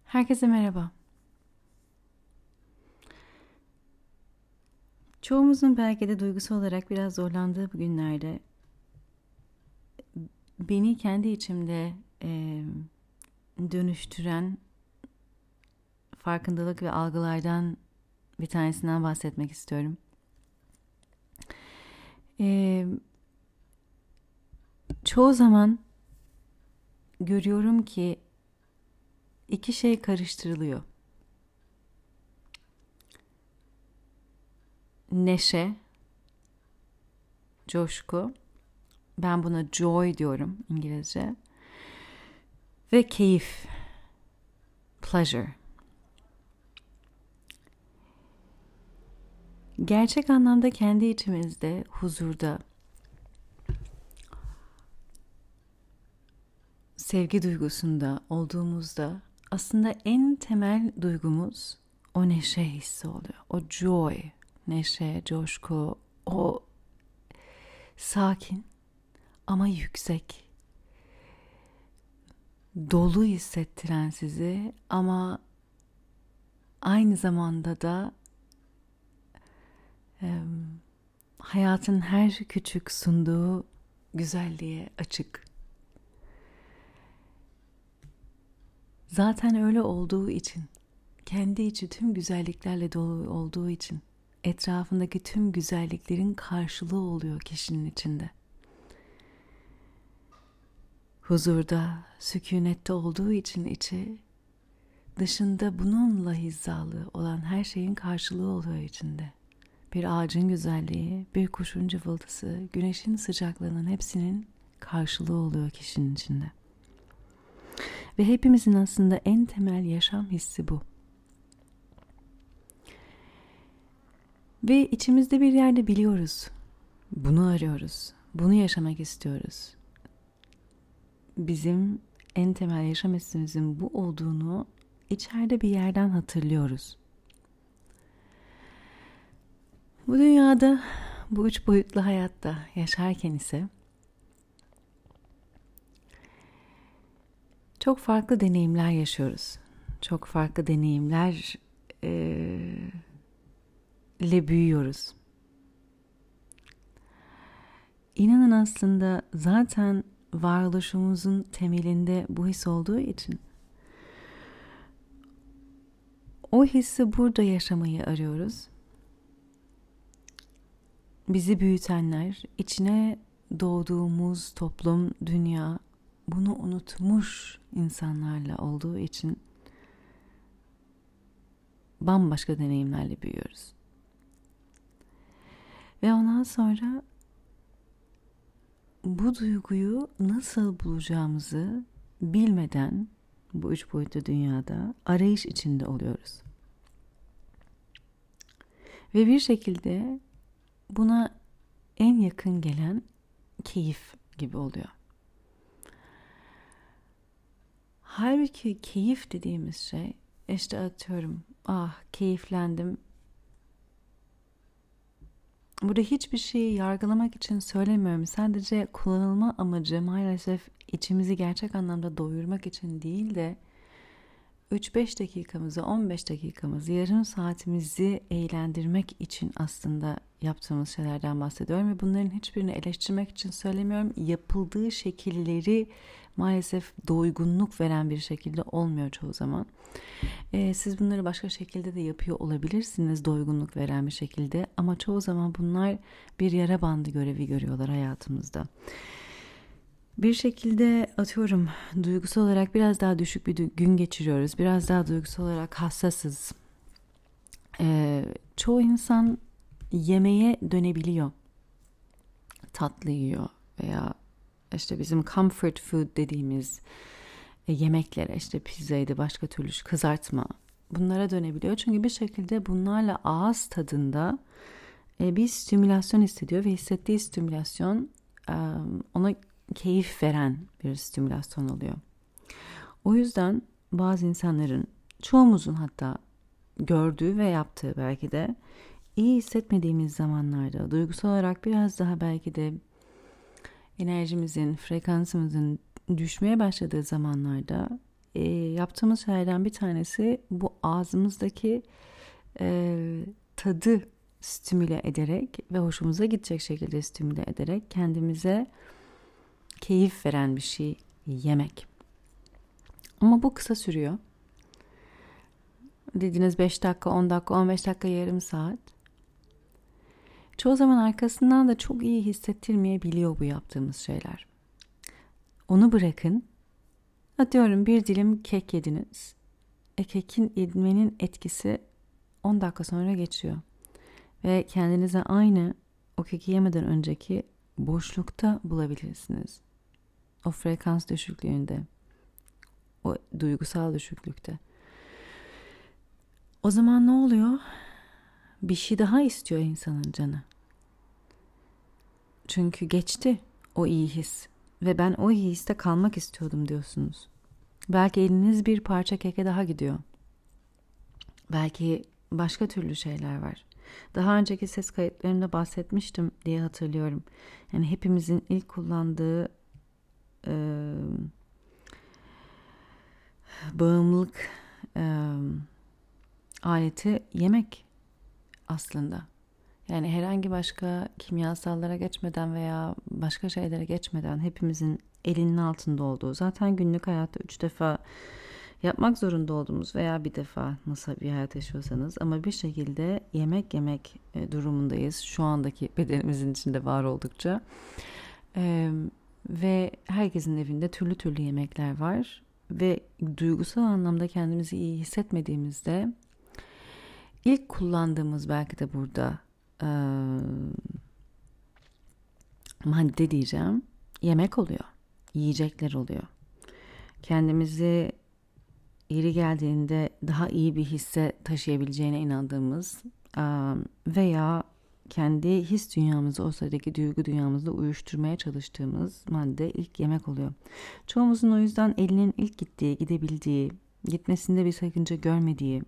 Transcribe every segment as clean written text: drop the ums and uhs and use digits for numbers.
Herkese merhaba. Çoğumuzun belki de duygusal olarak biraz zorlandığı bu günlerde beni kendi içimde dönüştüren farkındalık ve algılardan bir tanesinden bahsetmek istiyorum. Çoğu zaman görüyorum ki iki şey karıştırılıyor. Neşe, coşku, ben buna joy diyorum İngilizce, ve keyif, pleasure. Gerçek anlamda kendi içimizde, huzurda, sevgi duygusunda olduğumuzda aslında en temel duygumuz o neşe hissi oluyor. O joy, neşe, coşku, o sakin ama yüksek, dolu hissettiren sizi ama aynı zamanda da hayatın her küçük sunduğu güzelliğe açık. Zaten öyle olduğu için, kendi içi tüm güzelliklerle dolu olduğu için etrafındaki tüm güzelliklerin karşılığı oluyor kişinin içinde. Huzurda, sükunette olduğu için içi, dışında bununla hizalı olan her şeyin karşılığı oluyor içinde. Bir ağacın güzelliği, bir kuşun cıvıltısı, güneşin sıcaklığının hepsinin karşılığı oluyor kişinin içinde. Ve hepimizin aslında en temel yaşam hissi bu. Ve içimizde bir yerde biliyoruz. Bunu arıyoruz. Bunu yaşamak istiyoruz. Bizim en temel yaşam hissimizin bu olduğunu içeride bir yerden hatırlıyoruz. Bu dünyada, bu üç boyutlu hayatta yaşarken ise çok farklı deneyimler yaşıyoruz. Çok farklı deneyimlerle büyüyoruz. İnanın aslında zaten varoluşumuzun temelinde bu his olduğu için o hissi burada yaşamayı arıyoruz. Bizi büyütenler, içine doğduğumuz toplum, dünya bunu unutmuş insanlarla olduğu için bambaşka deneyimlerle büyüyoruz. Ve ondan sonra bu duyguyu nasıl bulacağımızı bilmeden bu üç boyutlu dünyada arayış içinde oluyoruz. Ve bir şekilde buna en yakın gelen keyif gibi oluyor. Halbuki keyif dediğimiz şey, işte atıyorum, keyiflendim. Burada hiçbir şeyi yargılamak için söylemiyorum. Sadece kullanılma amacı maalesef içimizi gerçek anlamda doyurmak için değil de 3-5 dakikamızı, 15 dakikamızı, yarım saatimizi eğlendirmek için aslında yaptığımız şeylerden bahsediyorum. Ve bunların hiçbirini eleştirmek için söylemiyorum. Yapıldığı şekilleri maalesef doygunluk veren bir şekilde olmuyor çoğu zaman. Siz bunları başka şekilde de yapıyor olabilirsiniz, doygunluk veren bir şekilde. Ama çoğu zaman bunlar bir yara bandı görevi görüyorlar hayatımızda. Bir şekilde atıyorum duygusal olarak biraz daha düşük bir gün geçiriyoruz. Biraz daha duygusal olarak hassasız. Çoğu insan yemeğe dönebiliyor. Tatlı yiyor veya işte bizim comfort food dediğimiz yemeklere, işte pizzaydı, başka türlü kızartma, bunlara dönebiliyor. Çünkü bir şekilde bunlarla ağız tadında bir stimülasyon hissediyor ve hissettiği stimülasyon ona keyif veren bir stimülasyon oluyor. O yüzden bazı insanların, çoğumuzun hatta gördüğü ve yaptığı belki de iyi hissetmediğimiz zamanlarda, duygusal olarak biraz daha belki de enerjimizin, frekansımızın düşmeye başladığı zamanlarda yaptığımız şeylerden bir tanesi bu ağzımızdaki tadı stimüle ederek ve hoşumuza gidecek şekilde stimüle ederek kendimize keyif veren bir şey yemek. Ama bu kısa sürüyor. Dediğiniz 5 dakika, 10 dakika, 15 dakika, yarım saat. Çoğu zaman arkasından da çok iyi hissettirmeyebiliyor bu yaptığımız şeyler. Onu bırakın. Atıyorum bir dilim kek yediniz. Kekin yemenin etkisi 10 dakika sonra geçiyor. Ve kendinize aynı o keki yemeden önceki boşlukta bulabilirsiniz. O frekans düşüklüğünde. O duygusal düşüklükte. O zaman ne oluyor? Bir şey daha istiyor insanın canı. Çünkü geçti o iyi his. Ve ben o iyi histe kalmak istiyordum diyorsunuz. Belki eliniz bir parça keke daha gidiyor. Belki başka türlü şeyler var. Daha önceki ses kayıtlarımda bahsetmiştim diye hatırlıyorum. Yani hepimizin ilk kullandığı bağımlılık aleti yemek aslında. Yani herhangi başka kimyasallara geçmeden veya başka şeylere geçmeden hepimizin elinin altında olduğu, zaten günlük hayatta 3 defa yapmak zorunda olduğumuz veya bir defa nasıl bir hayat yaşıyorsanız ama bir şekilde yemek durumundayız. Şu andaki bedenimizin içinde var oldukça. Ve herkesin evinde türlü türlü yemekler var. Ve duygusal anlamda kendimizi iyi hissetmediğimizde ilk kullandığımız belki de burada madde diyeceğim, yemek oluyor. Yiyecekler oluyor. Kendimizi yeri geldiğinde daha iyi bir hisse taşıyabileceğine inandığımız veya kendi his dünyamızı o sıradaki duygu dünyamızla uyuşturmaya çalıştığımız madde ilk yemek oluyor. Çoğumuzun o yüzden elinin ilk gittiği, gidebildiği, gitmesinde bir sakınca görmediği,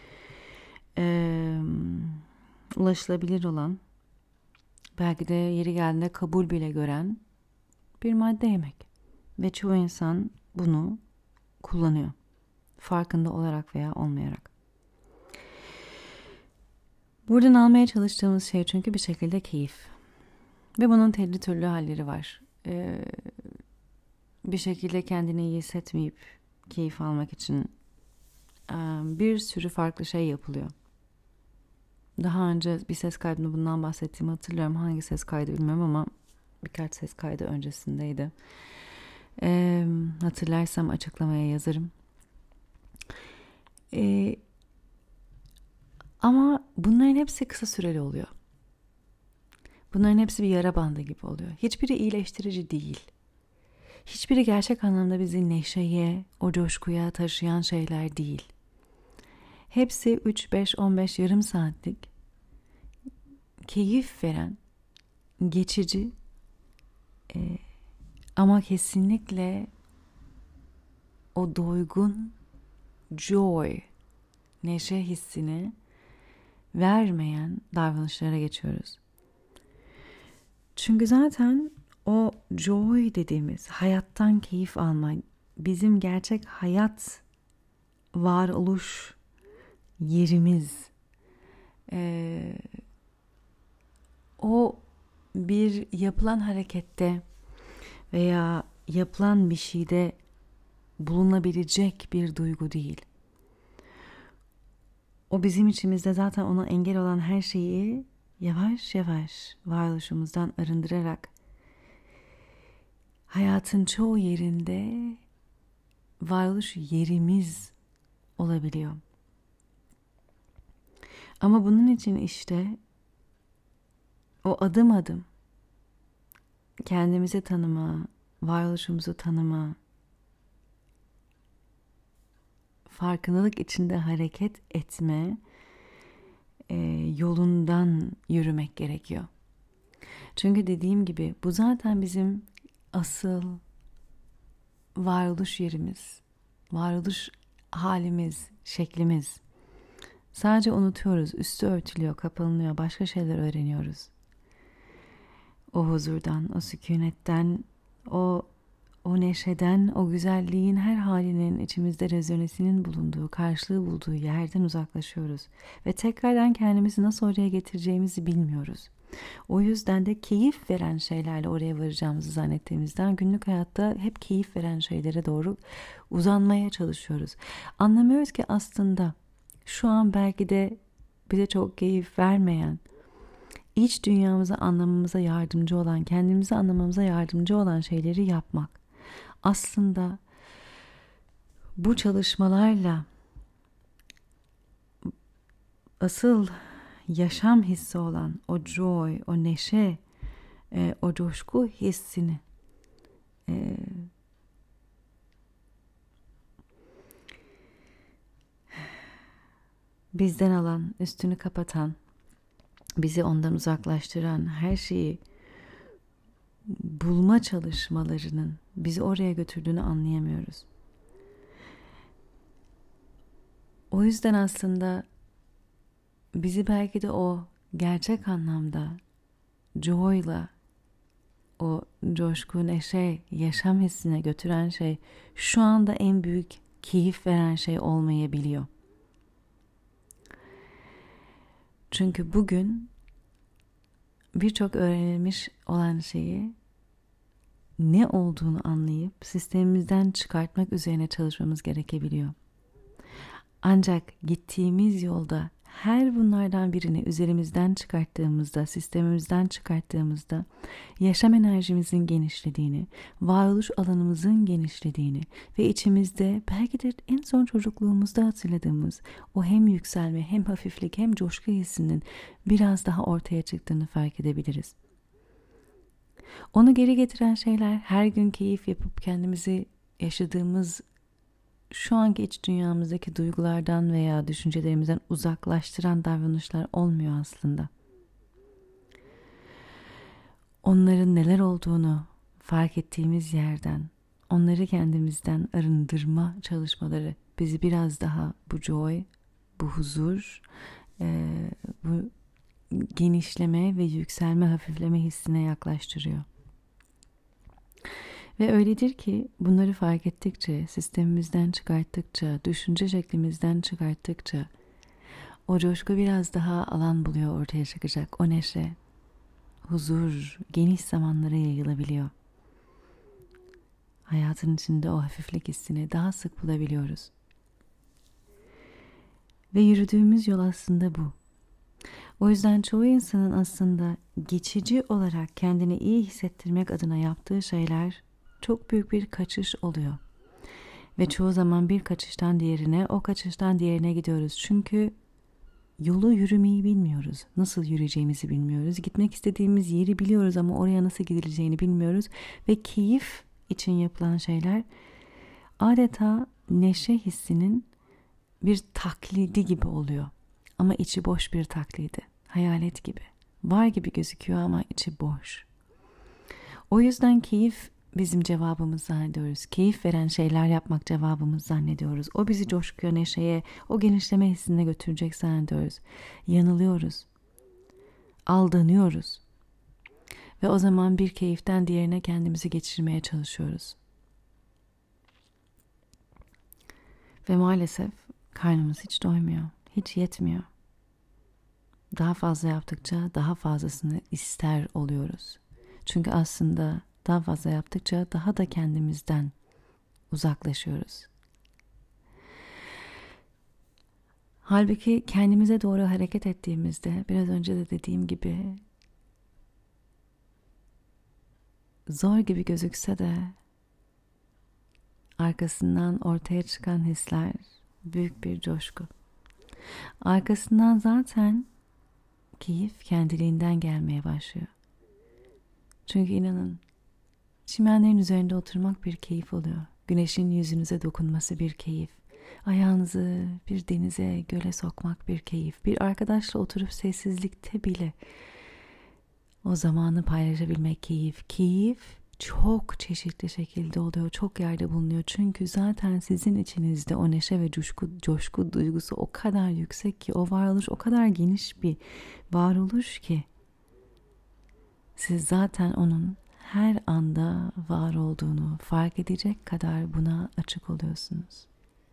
ulaşılabilir olan, belki de yeri geldiğinde kabul bile gören bir madde yemek. Ve çoğu insan bunu kullanıyor. Farkında olarak veya olmayarak. Buradan almaya çalıştığımız şey çünkü bir şekilde keyif. Ve bunun türlü halleri var. Bir şekilde kendini iyi hissetmeyip keyif almak için bir sürü farklı şey yapılıyor. Daha önce bir ses kaydında bundan bahsettiğimi hatırlıyorum. Hangi ses kaydı bilmiyorum ama birkaç ses kaydı öncesindeydi. Hatırlarsam açıklamaya yazarım. Ama bunların hepsi kısa süreli oluyor. Bunların hepsi bir yara bandı gibi oluyor. Hiçbiri iyileştirici değil. Hiçbiri gerçek anlamda bizi neşeye, o coşkuya taşıyan şeyler değil. Hepsi 3, 5, 15 yarım saatlik keyif veren, geçici ama kesinlikle o doygun joy, neşe hissini vermeyen davranışlara geçiyoruz. Çünkü zaten o joy dediğimiz hayattan keyif alma, bizim gerçek hayat varoluş yerimiz. O bir yapılan harekette veya yapılan bir şeyde bulunabilecek bir duygu değil. O bizim içimizde zaten ona engel olan her şeyi yavaş yavaş varoluşumuzdan arındırarak hayatın çoğu yerinde varoluş yerimiz olabiliyor. Ama bunun için işte o adım adım kendimizi tanıma, varoluşumuzu tanıma, farkındalık içinde hareket etme yolundan yürümek gerekiyor. Çünkü dediğim gibi bu zaten bizim asıl varoluş yerimiz, varoluş halimiz, şeklimiz. Sadece unutuyoruz, üstü örtülüyor, kapanıyor, başka şeyler öğreniyoruz. O huzurdan, o sükunetten, o o neşeden, o güzelliğin her halinin içimizde rezonesinin bulunduğu, karşılığı bulduğu yerden uzaklaşıyoruz. Ve tekrardan kendimizi nasıl oraya getireceğimizi bilmiyoruz. O yüzden de keyif veren şeylerle oraya varacağımızı zannettiğimizden günlük hayatta hep keyif veren şeylere doğru uzanmaya çalışıyoruz. Anlamıyoruz ki aslında şu an belki de bize çok keyif vermeyen, iç dünyamızı anlamamıza yardımcı olan, kendimizi anlamamıza yardımcı olan şeyleri yapmak. Aslında bu çalışmalarla asıl yaşam hissi olan o joy, o neşe, o coşku hissini bizden alan, üstünü kapatan, bizi ondan uzaklaştıran her şeyi bulma çalışmalarının bizi oraya götürdüğünü anlayamıyoruz. O yüzden aslında bizi belki de o gerçek anlamda joy'la, o coşku, neşe, yaşam hissine götüren şey şu anda en büyük keyif veren şey olmayabiliyor. Çünkü bugün birçok öğrenilmiş olan şeyi ne olduğunu anlayıp sistemimizden çıkartmak üzerine çalışmamız gerekebiliyor. Ancak gittiğimiz yolda her bunlardan birini üzerimizden çıkarttığımızda, sistemimizden çıkarttığımızda yaşam enerjimizin genişlediğini, varoluş alanımızın genişlediğini ve içimizde belki de en son çocukluğumuzda hatırladığımız o hem yükselme, hem hafiflik, hem coşku hissinin biraz daha ortaya çıktığını fark edebiliriz. Onu geri getiren şeyler her gün keyif yapıp kendimizi yaşadığımız şu anki iç dünyamızdaki duygulardan veya düşüncelerimizden uzaklaştıran davranışlar olmuyor aslında. Onların neler olduğunu fark ettiğimiz yerden, onları kendimizden arındırma çalışmaları bizi biraz daha bu joy, bu huzur, bu genişleme ve yükselme, hafifleme hissine yaklaştırıyor. Ve öyledir ki bunları fark ettikçe, sistemimizden çıkarttıkça, düşünce şeklimizden çıkarttıkça o coşku biraz daha alan buluyor, ortaya çıkacak. O neşe, huzur, geniş zamanlara yayılabiliyor. Hayatın içinde o hafiflik hissini daha sık bulabiliyoruz. Ve yürüdüğümüz yol aslında bu. O yüzden çoğu insanın aslında geçici olarak kendini iyi hissettirmek adına yaptığı şeyler çok büyük bir kaçış oluyor. Ve çoğu zaman bir kaçıştan diğerine, o kaçıştan diğerine gidiyoruz. Çünkü yolu yürümeyi bilmiyoruz. Nasıl yürüyeceğimizi bilmiyoruz. Gitmek istediğimiz yeri biliyoruz ama oraya nasıl gidileceğini bilmiyoruz. Ve keyif için yapılan şeyler adeta neşe hissinin bir taklidi gibi oluyor. Ama içi boş bir taklidi. Hayalet gibi. Var gibi gözüküyor ama içi boş. O yüzden keyif bizim cevabımız zannediyoruz. Keyif veren şeyler yapmak cevabımız zannediyoruz. O bizi coşkuya, neşeye, o genişleme hissine götürecek zannediyoruz. Yanılıyoruz. Aldanıyoruz. Ve o zaman bir keyiften diğerine kendimizi geçirmeye çalışıyoruz. Ve maalesef karnımız hiç doymuyor. Hiç yetmiyor. Daha fazla yaptıkça daha fazlasını ister oluyoruz. Çünkü aslında daha fazla yaptıkça daha da kendimizden uzaklaşıyoruz. Halbuki kendimize doğru hareket ettiğimizde, biraz önce de dediğim gibi, zor gibi gözükse de arkasından ortaya çıkan hisler büyük bir coşku. Arkasından zaten keyif kendiliğinden gelmeye başlıyor. Çünkü inanın, çimenlerin üzerinde oturmak bir keyif oluyor. Güneşin yüzünüze dokunması bir keyif. Ayağınızı bir denize, göle sokmak bir keyif. Bir arkadaşla oturup sessizlikte bile o zamanı paylaşabilmek keyif. Keyif çok çeşitli şekilde oluyor. Çok yerde bulunuyor. Çünkü zaten sizin içinizde o neşe ve coşku duygusu o kadar yüksek ki, o varoluş o kadar geniş bir varoluş ki siz zaten onun her anda var olduğunu fark edecek kadar buna açık oluyorsunuz.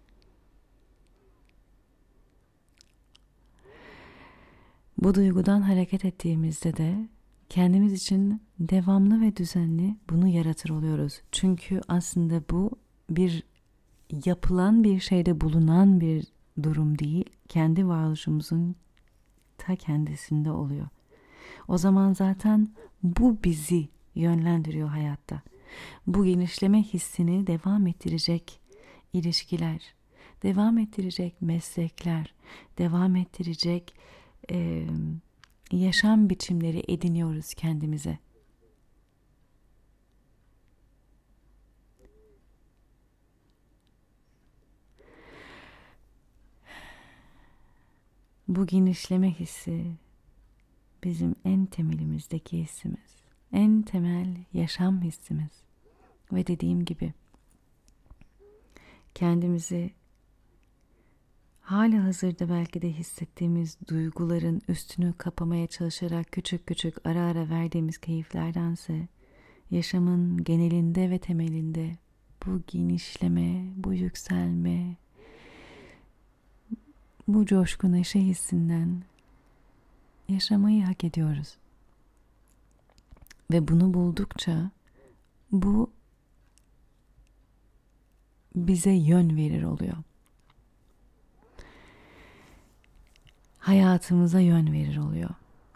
Bu duygudan hareket ettiğimizde de kendimiz için devamlı ve düzenli bunu yaratır oluyoruz. Çünkü aslında bu bir yapılan bir şeyde bulunan bir durum değil, kendi varoluşumuzun ta kendisinde oluyor. O zaman zaten bu bizi yönlendiriyor hayatta. Bu genişleme hissini devam ettirecek ilişkiler, devam ettirecek meslekler, devam ettirecek yaşam biçimleri ediniyoruz kendimize. Bu genişleme hissi bizim en temelimizdeki hissimiz. En temel yaşam hissimiz. Ve dediğim gibi kendimizi hali hazırda belki de hissettiğimiz duyguların üstünü kapamaya çalışarak küçük küçük ara ara verdiğimiz keyiflerdense yaşamın genelinde ve temelinde bu genişleme, bu yükselme, bu coşku neşe hissinden yaşamayı hak ediyoruz. Ve bunu buldukça bu bize yön verir oluyor. Hayatımıza yön verir oluyor.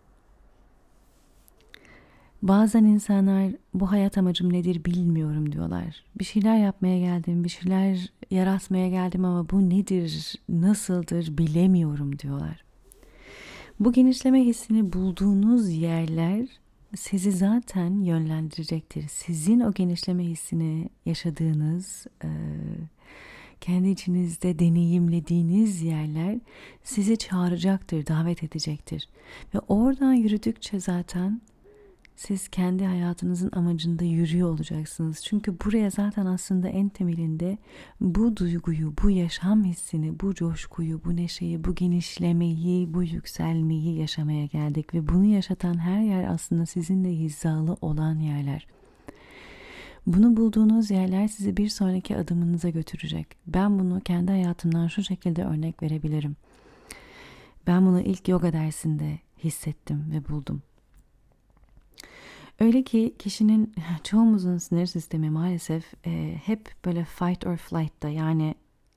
Bazen insanlar bu hayat amacım nedir bilmiyorum diyorlar. Bir şeyler yapmaya geldim, bir şeyler yaratmaya geldim ama bu nedir, nasıldır bilemiyorum diyorlar. Bu genişleme hissini bulduğunuz yerler sizi zaten yönlendirecektir. Sizin o genişleme hissini yaşadığınız, kendi içinizde deneyimlediğiniz yerler sizi çağıracaktır, davet edecektir. Ve oradan yürüdükçe zaten siz kendi hayatınızın amacında yürüyor olacaksınız. Çünkü buraya zaten aslında en temelinde bu duyguyu, bu yaşam hissini, bu coşkuyu, bu neşeyi, bu genişlemeyi, bu yükselmeyi yaşamaya geldik. Ve bunu yaşatan her yer aslında sizinle hizalı olan yerler. Bunu bulduğunuz yerler sizi bir sonraki adımınıza götürecek. Ben bunu kendi hayatımdan şu şekilde örnek verebilirim. Ben bunu ilk yoga dersinde hissettim ve buldum. Öyle ki çoğumuzun sinir sistemi maalesef hep böyle fight or flight'ta, yani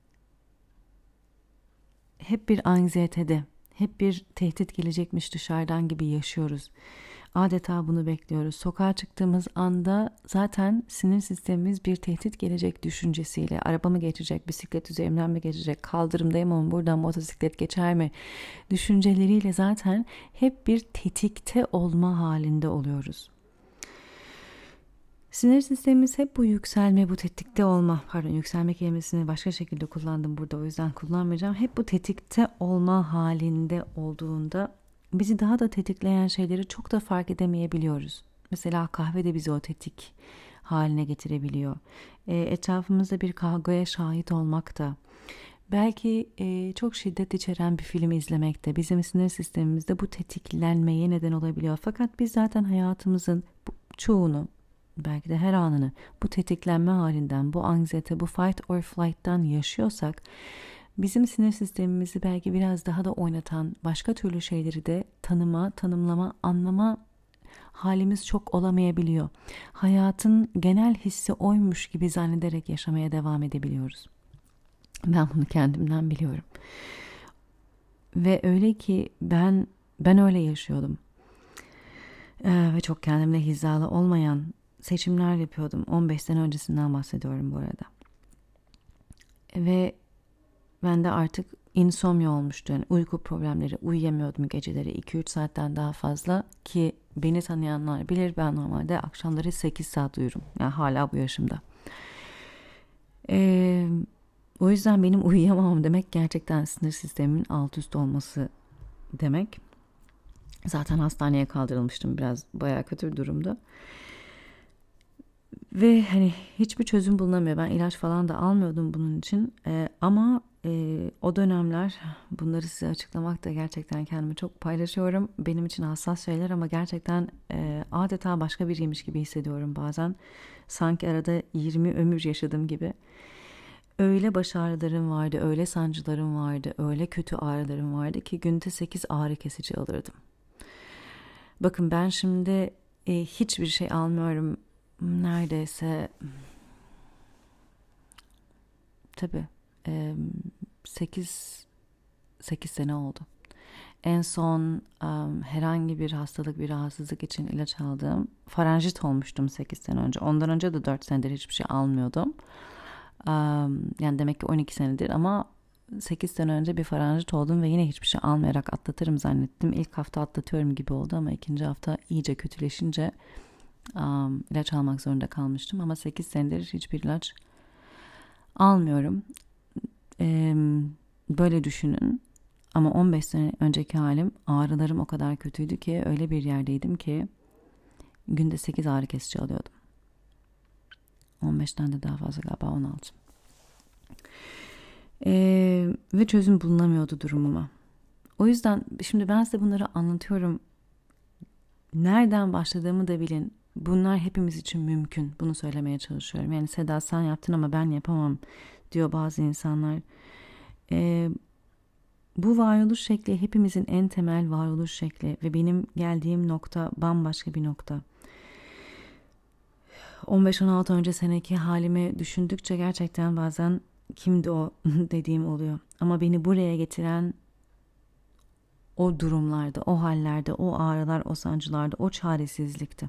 hep bir anksiyetede, hep bir tehdit gelecekmiş dışarıdan gibi yaşıyoruz. Adeta bunu bekliyoruz. Sokağa çıktığımız anda zaten sinir sistemimiz bir tehdit gelecek düşüncesiyle, araba mı geçecek, bisiklet üzerimden mi geçecek, kaldırımdayım ama buradan motosiklet geçer mi düşünceleriyle zaten hep bir tetikte olma halinde oluyoruz. Sinir sistemimiz hep bu yükselme, bu tetikte olma, yükselme kelimesini başka şekilde kullandım burada, o yüzden kullanmayacağım. Hep bu tetikte olma halinde olduğunda bizi daha da tetikleyen şeyleri çok da fark edemeyebiliyoruz. Mesela kahve de bizi o tetik haline getirebiliyor. Etrafımızda bir kavgaya şahit olmak da, belki çok şiddet içeren bir film izlemek de bizim sinir sistemimizde bu tetiklenmeye neden olabiliyor. Fakat biz zaten hayatımızın çoğunu, belki de her anını bu tetiklenme halinden, bu anksiyete, bu fight or flight'tan yaşıyorsak, bizim sinir sistemimizi belki biraz daha da oynatan başka türlü şeyleri de tanıma, tanımlama, anlama halimiz çok olamayabiliyor. Hayatın genel hissi oymuş gibi zannederek yaşamaya devam edebiliyoruz. Ben bunu kendimden biliyorum. Ve öyle ki ben öyle yaşıyordum. Ve çok kendimle hizalı olmayan seçimler yapıyordum. 15 sene öncesinden bahsediyorum bu arada. Ve bende artık insomnia olmuştu. Yani uyku problemleri, uyuyamıyordum geceleri 2-3 saatten daha fazla, ki beni tanıyanlar bilir, ben normalde akşamları 8 saat uyurum. Yani hala bu yaşımda. O yüzden benim uyuyamamam demek gerçekten sinir sistemimin alt üst olması demek. Zaten hastaneye kaldırılmıştım, biraz bayağı kötü bir durumda. Ve hiçbir çözüm bulunamıyor. Ben ilaç falan da almıyordum bunun için. Ama O dönemler, bunları size açıklamak da gerçekten kendimi çok paylaşıyorum. Benim için hassas şeyler ama gerçekten adeta başka biriymiş gibi hissediyorum bazen. Sanki arada 20 ömür yaşadım gibi. Öyle baş ağrılarım vardı, öyle sancılarım vardı, öyle kötü ağrılarım vardı ki günde 8 ağrı kesici alırdım. Bakın ben şimdi hiçbir şey almıyorum. Neredeyse tabii 8 sene oldu. En son herhangi bir hastalık, bir rahatsızlık için ilaç aldım. Faranjit olmuştum 8 sene önce. Ondan önce de 4 senedir hiçbir şey almıyordum. Yani demek ki 12 senedir ama 8 sene önce bir faranjit oldum ve yine hiçbir şey almayarak atlatırım zannettim. İlk hafta atlatıyorum gibi oldu ama ikinci hafta iyice kötüleşince ilaç almak zorunda kalmıştım. Ama 8 senedir hiçbir ilaç almıyorum. Böyle düşünün. Ama 15 sene önceki halim, ağrılarım o kadar kötüydü ki öyle bir yerdeydim ki günde 8 ağrı kesici alıyordum. 15'ten de daha fazla galiba, 16. Ve çözüm bulunamıyordu durumuma. O yüzden şimdi ben size bunları anlatıyorum. Nereden başladığımı da bilin. Bunlar hepimiz için mümkün. Bunu söylemeye çalışıyorum. Yani Seda sen yaptın ama ben yapamam diyor bazı insanlar. Bu varoluş şekli hepimizin en temel varoluş şekli ve benim geldiğim nokta bambaşka bir nokta. 15-16 önce seneki halimi düşündükçe gerçekten bazen kimdi o dediğim oluyor. Ama beni buraya getiren o durumlarda, o hallerde, o ağrılar, o sancılarda, o çaresizlikti.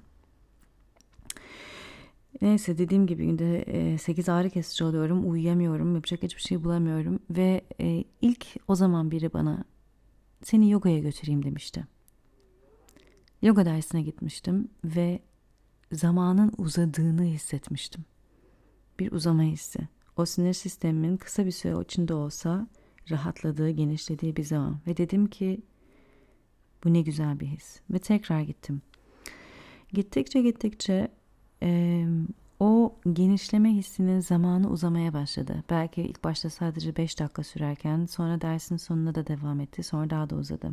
Neyse, dediğim gibi günde 8 ağrı kesici alıyorum, uyuyamıyorum, yapacak hiçbir şey bulamıyorum ve ilk o zaman biri bana seni yogaya götüreyim demişti. Yoga dersine gitmiştim ve zamanın uzadığını hissetmiştim. Bir uzama hissi. O sinir sistemimin kısa bir süre içinde olsa rahatladığı, genişlediği bir zaman. Ve dedim ki bu ne güzel bir his. Ve tekrar gittim. Gittikçe o genişleme hissinin zamanı uzamaya başladı. Belki ilk başta sadece 5 dakika sürerken sonra dersin sonuna da devam etti. Sonra daha da uzadı.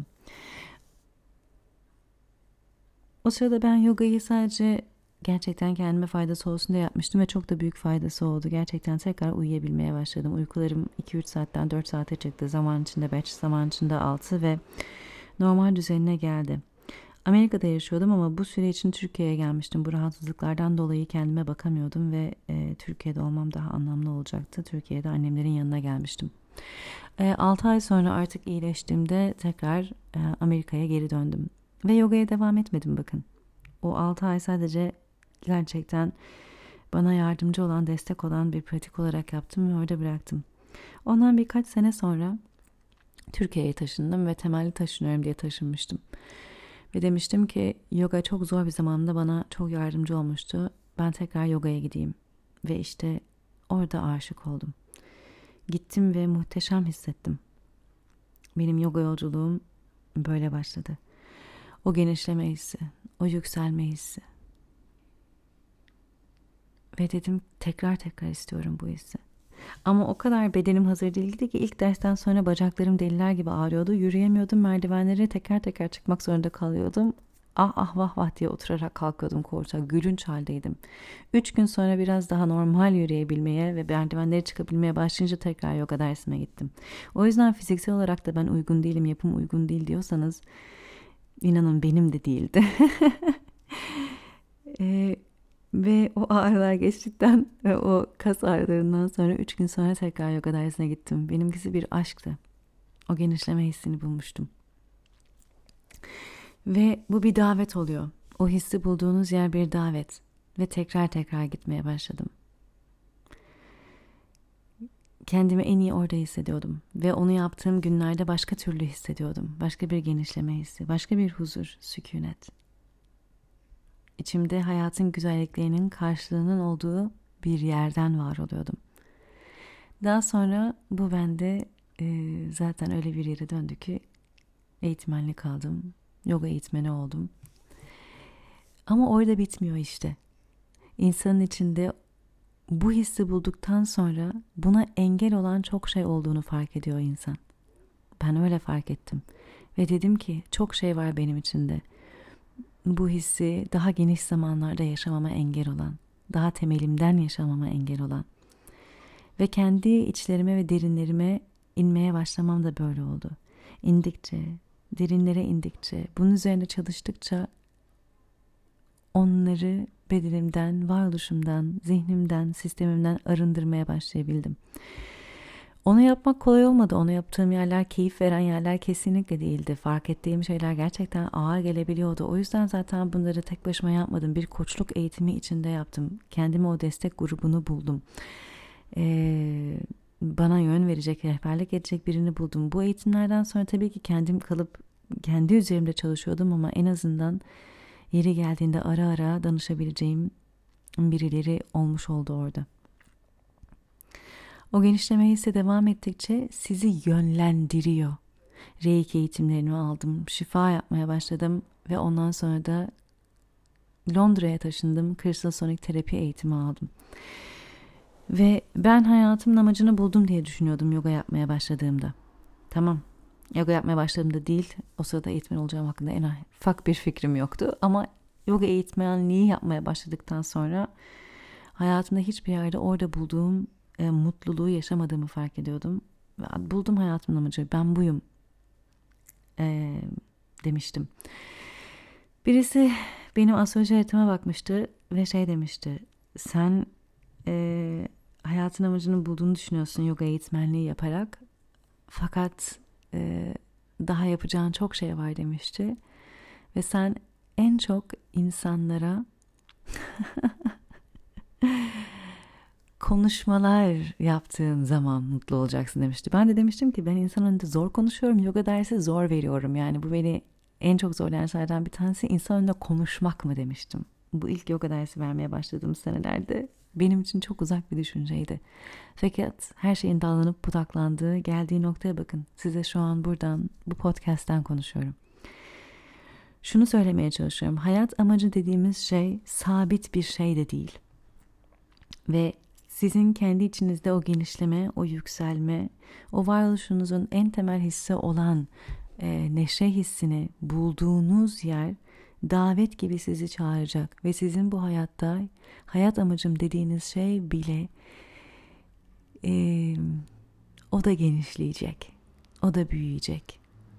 O sırada ben yogayı sadece gerçekten kendime faydası olsun diye yapmıştım ve çok da büyük faydası oldu. Gerçekten tekrar uyuyabilmeye başladım. Uykularım 2-3 saatten 4 saate çıktı. Zaman içinde 5, zaman içinde 6 ve normal düzenine geldi. Amerika'da yaşıyordum ama bu süre için Türkiye'ye gelmiştim. Bu rahatsızlıklardan dolayı kendime bakamıyordum ve Türkiye'de olmam daha anlamlı olacaktı. Türkiye'de annemlerin yanına gelmiştim. 6 ay sonra artık iyileştiğimde tekrar Amerika'ya geri döndüm. Ve yogaya devam etmedim bakın. O 6 ay sadece gerçekten bana yardımcı olan, destek olan bir pratik olarak yaptım ve orada bıraktım. Ondan birkaç sene sonra Türkiye'ye taşındım ve temelli taşınıyorum diye taşınmıştım. Ve demiştim ki yoga çok zor bir zamanda bana çok yardımcı olmuştu. Ben tekrar yogaya gideyim. Ve işte orada aşık oldum. Gittim ve muhteşem hissettim. Benim yoga yolculuğum böyle başladı. O genişleme hissi, o yükselme hissi. Ve dedim tekrar istiyorum bu hissi. Ama o kadar bedenim hazır değildi ki ilk dersten sonra bacaklarım deliler gibi ağrıyordu. Yürüyemiyordum, merdivenleri teker çıkmak zorunda kalıyordum. Ah vah vah diye oturarak kalkıyordum koltuğa. Gülünç haldeydim. 3 gün sonra biraz daha normal yürüyebilmeye ve merdivenleri çıkabilmeye başlayınca tekrar yoga dersime gittim. O yüzden fiziksel olarak da ben uygun değilim, yapım uygun değil diyorsanız inanın benim de değildi. Ve o ağrılar geçtikten ve o kas ağrılarından sonra 3 gün sonra tekrar yoga dersine gittim. Benimkisi bir aşktı. O genişleme hissini bulmuştum. Ve bu bir davet oluyor. O hissi bulduğunuz yer bir davet. Ve tekrar gitmeye başladım. Kendimi en iyi orada hissediyordum. Ve onu yaptığım günlerde başka türlü hissediyordum. Başka bir genişleme hissi, başka bir huzur, sükunet. İçimde hayatın güzelliklerinin karşılığının olduğu bir yerden var oluyordum. Daha sonra bu bende zaten öyle bir yere döndü ki eğitmenlik aldım. Yoga eğitmeni oldum. Ama orada bitmiyor işte. İnsanın içinde bu hissi bulduktan sonra buna engel olan çok şey olduğunu fark ediyor insan. Ben öyle fark ettim. Ve dedim ki çok şey var benim içinde. Bu hissi daha geniş zamanlarda yaşamama engel olan, daha temelimden yaşamama engel olan. Ve kendi içlerime ve derinlerime inmeye başlamam da böyle oldu. İndikçe, derinlere indikçe, bunun üzerinde çalıştıkça onları bedenimden, varoluşumdan, zihnimden, sistemimden arındırmaya başlayabildim. Onu yapmak kolay olmadı. Onu yaptığım yerler, keyif veren yerler kesinlikle değildi. Fark ettiğim şeyler gerçekten ağır gelebiliyordu. O yüzden zaten bunları tek başıma yapmadım. Bir koçluk eğitimi içinde yaptım. Kendime o destek grubunu buldum. Bana yön verecek, rehberlik edecek birini buldum. Bu eğitimlerden sonra tabii ki kendim kalıp kendi üzerimde çalışıyordum ama en azından yeri geldiğinde ara ara danışabileceğim birileri olmuş oldu orada. O genişleme hissi devam ettikçe sizi yönlendiriyor. Reiki eğitimlerini aldım, şifa yapmaya başladım ve ondan sonra da Londra'ya taşındım. Crystal Sonic terapi eğitimi aldım. Ve ben hayatımın amacını buldum diye düşünüyordum yoga yapmaya başladığımda. Tamam, yoga yapmaya başladığımda değil, o sırada eğitmen olacağım hakkında en ufak bir fikrim yoktu. Ama yoga eğitmenliği yapmaya başladıktan sonra hayatımda hiçbir yerde orada bulduğum mutluluğu yaşamadığımı fark ediyordum. Buldum hayatımın amacı, ben buyum demiştim. Birisi benim astroloji haritama bakmıştı ve şey demişti. Sen hayatın amacını bulduğunu düşünüyorsun yoga eğitmenliği yaparak. Fakat daha yapacağın çok şey var demişti. Ve sen en çok insanlara konuşmalar yaptığın zaman mutlu olacaksın demişti. Ben de demiştim ki ben insan önünde zor konuşuyorum. Yoga dersi zor veriyorum. Yani bu beni en çok zorlayan şeylerden bir tanesi insan önünde konuşmak mı demiştim. Bu ilk yoga dersi vermeye başladığım senelerde benim için çok uzak bir düşünceydi. Fakat her şeyin dallanıp budaklandığı geldiği noktaya bakın. Size şu an buradan bu podcast'ten konuşuyorum. Şunu söylemeye çalışıyorum. Hayat amacı dediğimiz şey sabit bir şey de değil. Ve sizin kendi içinizde o genişleme, o yükselme, o varoluşunuzun en temel hissi olan neşe hissini bulduğunuz yer davet gibi sizi çağıracak. Ve sizin bu hayatta hayat amacım dediğiniz şey bile o da genişleyecek, o da büyüyecek.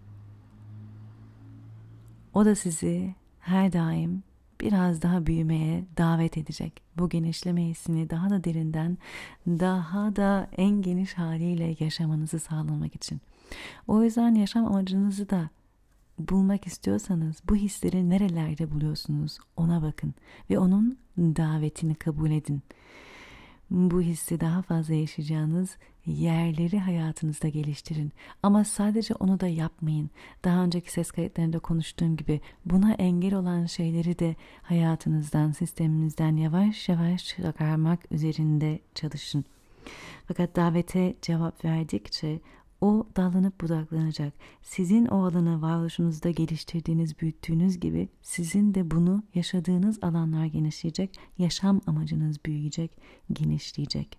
O da sizi her daim biraz daha büyümeye davet edecek. Bu genişleme hissini daha da derinden, daha da en geniş haliyle yaşamanızı sağlamak için. O yüzden yaşam amacınızı da bulmak istiyorsanız bu hisleri nerelerde buluyorsunuz ona bakın ve onun davetini kabul edin. Bu hissi daha fazla yaşayacağınız yerleri hayatınızda geliştirin. Ama sadece onu da yapmayın. Daha önceki ses kayıtlarında konuştuğum gibi buna engel olan şeyleri de hayatınızdan, sisteminizden yavaş yavaş çıkarmak üzerinde çalışın. Fakat davete cevap verdikçe o dallanıp budaklanacak. Sizin o alanı varoluşunuzda geliştirdiğiniz, büyüttüğünüz gibi sizin de bunu yaşadığınız alanlar genişleyecek, yaşam amacınız büyüyecek, genişleyecek.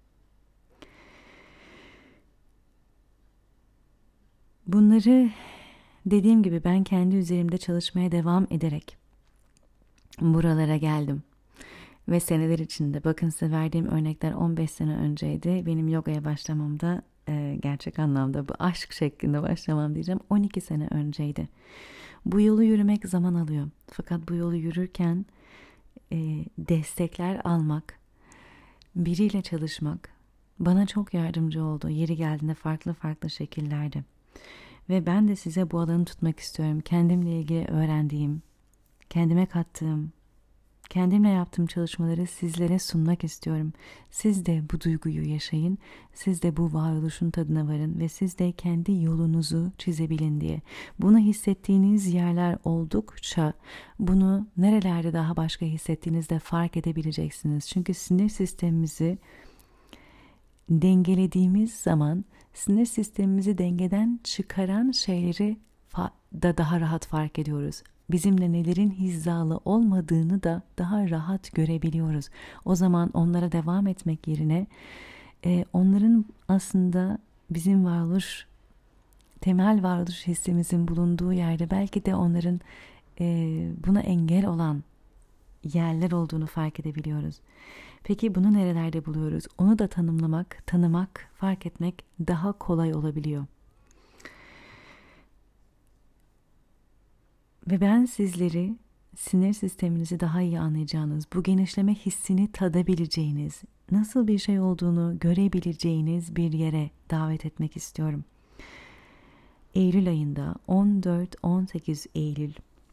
Bunları dediğim gibi ben kendi üzerimde çalışmaya devam ederek buralara geldim. Ve seneler içinde bakın size verdiğim örnekler 15 sene önceydi. Benim yogaya başlamamda gerçek anlamda bu aşk şeklinde başlamam diyeceğim 12 sene önceydi. Bu yolu yürümek zaman alıyor. Fakat bu yolu yürürken destekler almak, biriyle çalışmak bana çok yardımcı oldu. Yeri geldiğinde farklı farklı şekillerde. Ve ben de size bu alanı tutmak istiyorum. Kendimle ilgili öğrendiğim, kendime kattığım, kendimle yaptığım çalışmaları sizlere sunmak istiyorum. Siz de bu duyguyu yaşayın, siz de bu varoluşun tadına varın ve siz de kendi yolunuzu çizebilin diye. Bunu hissettiğiniz yerler oldukça bunu nerelerde daha başka hissettiğinizde fark edebileceksiniz. Çünkü sinir sistemimizi dengelediğimiz zaman sinir sistemimizi dengeden çıkaran şeyleri da daha rahat fark ediyoruz. Bizimle nelerin hizalı olmadığını da daha rahat görebiliyoruz. O zaman onlara devam etmek yerine onların aslında bizim temel varoluş hissimizin bulunduğu yerde belki de onların buna engel olan yerler olduğunu fark edebiliyoruz. Peki bunu nerelerde buluyoruz? Onu da tanımak, fark etmek daha kolay olabiliyor. Ve ben sizleri sinir sisteminizi daha iyi anlayacağınız, bu genişleme hissini tadabileceğiniz, nasıl bir şey olduğunu görebileceğiniz bir yere davet etmek istiyorum. Eylül ayında 14-18 Eylül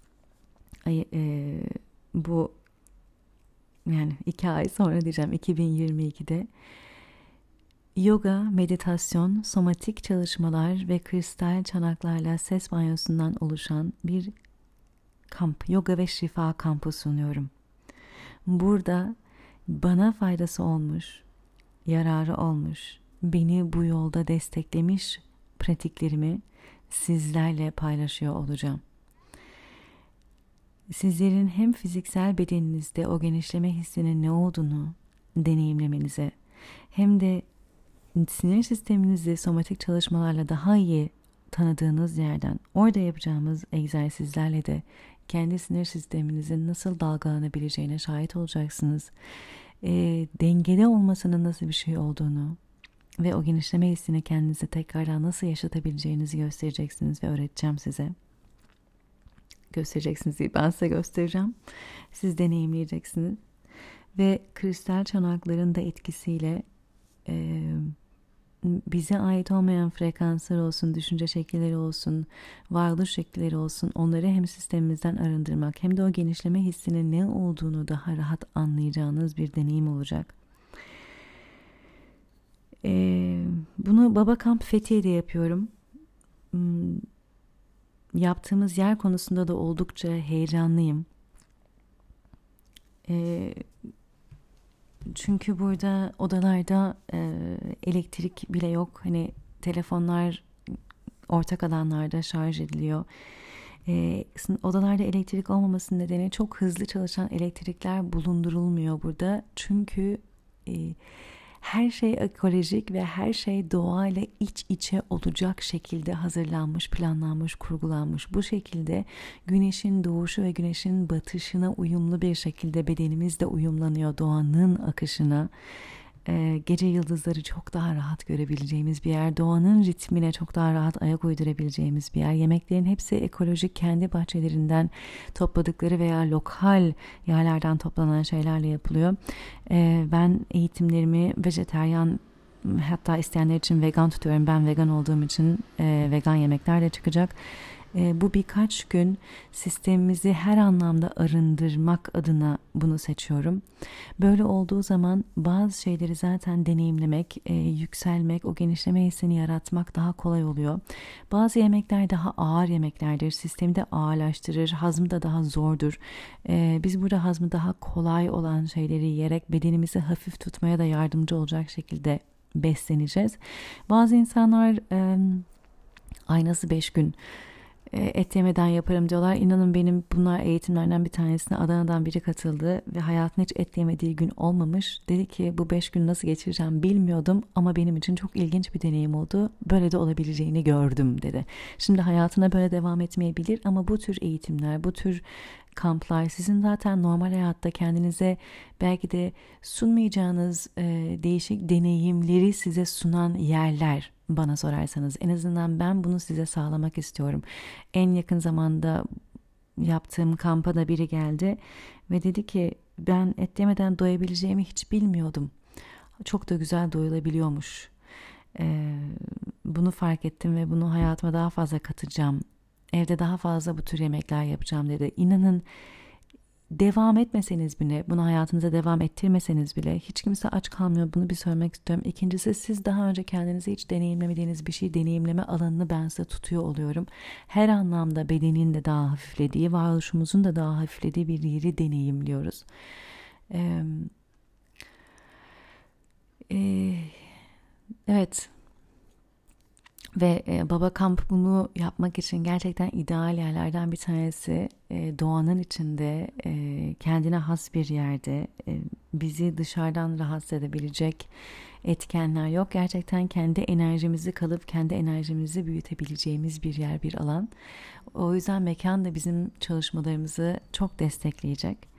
bu yani 2 ay sonra diyeceğim 2022'de yoga, meditasyon, somatik çalışmalar ve kristal çanaklarla ses banyosundan oluşan bir kamp, yoga ve şifa kampı sunuyorum. Burada bana faydası olmuş, yararı olmuş, beni bu yolda desteklemiş pratiklerimi sizlerle paylaşıyor olacağım. Sizlerin hem fiziksel bedeninizde o genişleme hissinin ne olduğunu deneyimlemenize, hem de sinir sisteminizi somatik çalışmalarla daha iyi tanıdığınız yerden orada yapacağımız egzersizlerle de kendi sinir sisteminizin nasıl dalgalanabileceğine şahit olacaksınız. Dengede olmasının nasıl bir şey olduğunu ve o genişleme hissini kendinize tekrardan nasıl yaşatabileceğinizi göstereceksiniz ve öğreteceğim size. Göstereceksiniz değil, ben size göstereceğim. Siz deneyimleyeceksiniz. Ve kristal çanakların da etkisiyle bize ait olmayan frekanslar olsun, düşünce şekilleri olsun, varoluş şekilleri olsun, onları hem sistemimizden arındırmak hem de o genişleme hissinin ne olduğunu daha rahat anlayacağınız bir deneyim olacak. Bunu Baba Kamp Fethiye'de yapıyorum. Yaptığımız yer konusunda da oldukça heyecanlıyım. Çünkü burada odalarda elektrik bile yok. Hani telefonlar ortak alanlarda şarj ediliyor. Odalarda elektrik olmamasının nedeni çok hızlı çalışan elektrikler bulundurulmuyor burada. Çünkü her şey ekolojik ve her şey doğayla iç içe olacak şekilde hazırlanmış, planlanmış, kurgulanmış. Bu şekilde güneşin doğuşu ve güneşin batışına uyumlu bir şekilde bedenimiz de uyumlanıyor doğanın akışına. Gece yıldızları çok daha rahat görebileceğimiz bir yer, doğanın ritmine çok daha rahat ayak uydurabileceğimiz bir yer. Yemeklerin hepsi ekolojik, kendi bahçelerinden topladıkları veya lokal yerlerden toplanan şeylerle yapılıyor. Ben eğitimlerimi vejetaryen, hatta isteyenler için vegan tutuyorum. Ben vegan olduğum için vegan yemekler de çıkacak. Bu birkaç gün sistemimizi her anlamda arındırmak adına bunu seçiyorum. Böyle olduğu zaman bazı şeyleri zaten deneyimlemek, yükselmek, o genişleme hissini yaratmak daha kolay oluyor. Bazı yemekler daha ağır yemeklerdir. Sistemi de ağırlaştırır, hazmı da daha zordur. Biz burada hazmı daha kolay olan şeyleri yiyerek bedenimizi hafif tutmaya da yardımcı olacak şekilde besleneceğiz. Bazı insanlar ay nasıl 5 gün et yemeden yaparım diyorlar. İnanın benim bunlar eğitimlerden bir tanesine Adana'dan biri katıldı ve hayatında hiç et yemediği gün olmamış. Dedi ki bu 5 gün nasıl geçireceğim bilmiyordum ama benim için çok ilginç bir deneyim oldu. Böyle de olabileceğini gördüm dedi. Şimdi hayatına böyle devam etmeyebilir ama bu tür eğitimler, bu tür kamplar sizin zaten normal hayatta kendinize belki de sunmayacağınız değişik deneyimleri size sunan yerler. Bana sorarsanız en azından ben bunu size sağlamak istiyorum. En yakın zamanda yaptığım kampa da biri geldi ve dedi ki ben et yemeden doyabileceğimi hiç bilmiyordum. Çok da güzel doyulabiliyormuş. Bunu fark ettim ve bunu hayatıma daha fazla katacağım. Evde daha fazla bu tür yemekler yapacağım dedi. İnanın devam etmeseniz bile, bunu hayatınıza devam ettirmeseniz bile hiç kimse aç kalmıyor. Bunu bir söylemek istiyorum. İkincisi siz daha önce kendinize hiç deneyimlemediğiniz bir şey deneyimleme alanını ben size tutuyor oluyorum. Her anlamda bedenin de daha hafiflediği, varoluşumuzun da daha hafiflediği bir yeri deneyimliyoruz. Evet. Ve Baba Kamp bunu yapmak için gerçekten ideal yerlerden bir tanesi. Doğanın içinde, kendine has bir yerde, bizi dışarıdan rahatsız edebilecek etkenler yok. Gerçekten kendi enerjimizi kalıp kendi enerjimizi büyütebileceğimiz bir yer, bir alan. O yüzden mekan da bizim çalışmalarımızı çok destekleyecek.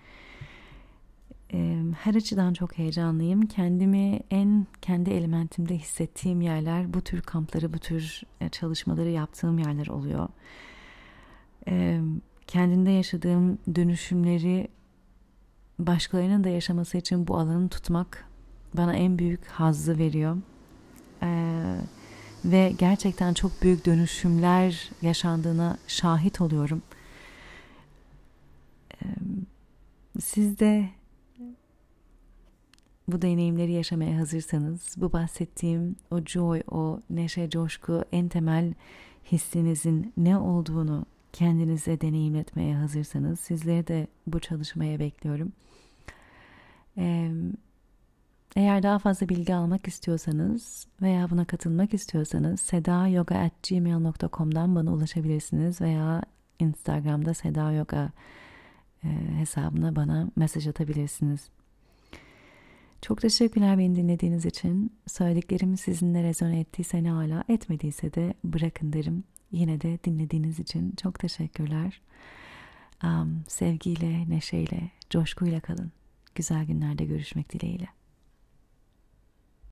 Her açıdan çok heyecanlıyım. Kendimi kendi elementimde hissettiğim yerler bu tür kampları, bu tür çalışmaları yaptığım yerler oluyor. Kendinde yaşadığım dönüşümleri başkalarının da yaşaması için bu alanı tutmak bana en büyük hazzı veriyor. Ve gerçekten çok büyük dönüşümler yaşandığına şahit oluyorum. Siz de bu deneyimleri yaşamaya hazırsanız, bu bahsettiğim o joy, o neşe, coşku, en temel hissinizin ne olduğunu kendinize deneyimletmeye hazırsanız, sizleri de bu çalışmaya bekliyorum. Eğer daha fazla bilgi almak istiyorsanız veya buna katılmak istiyorsanız sedayoga@gmail.com'dan bana ulaşabilirsiniz veya Instagram'da Seda Yoga hesabına bana mesaj atabilirsiniz. Çok teşekkürler beni dinlediğiniz için. Söylediklerim sizinle rezone ettiyse, ne hala etmediyse de bırakın derim. Yine de dinlediğiniz için çok teşekkürler. Sevgiyle, neşeyle, coşkuyla kalın. Güzel günlerde görüşmek dileğiyle.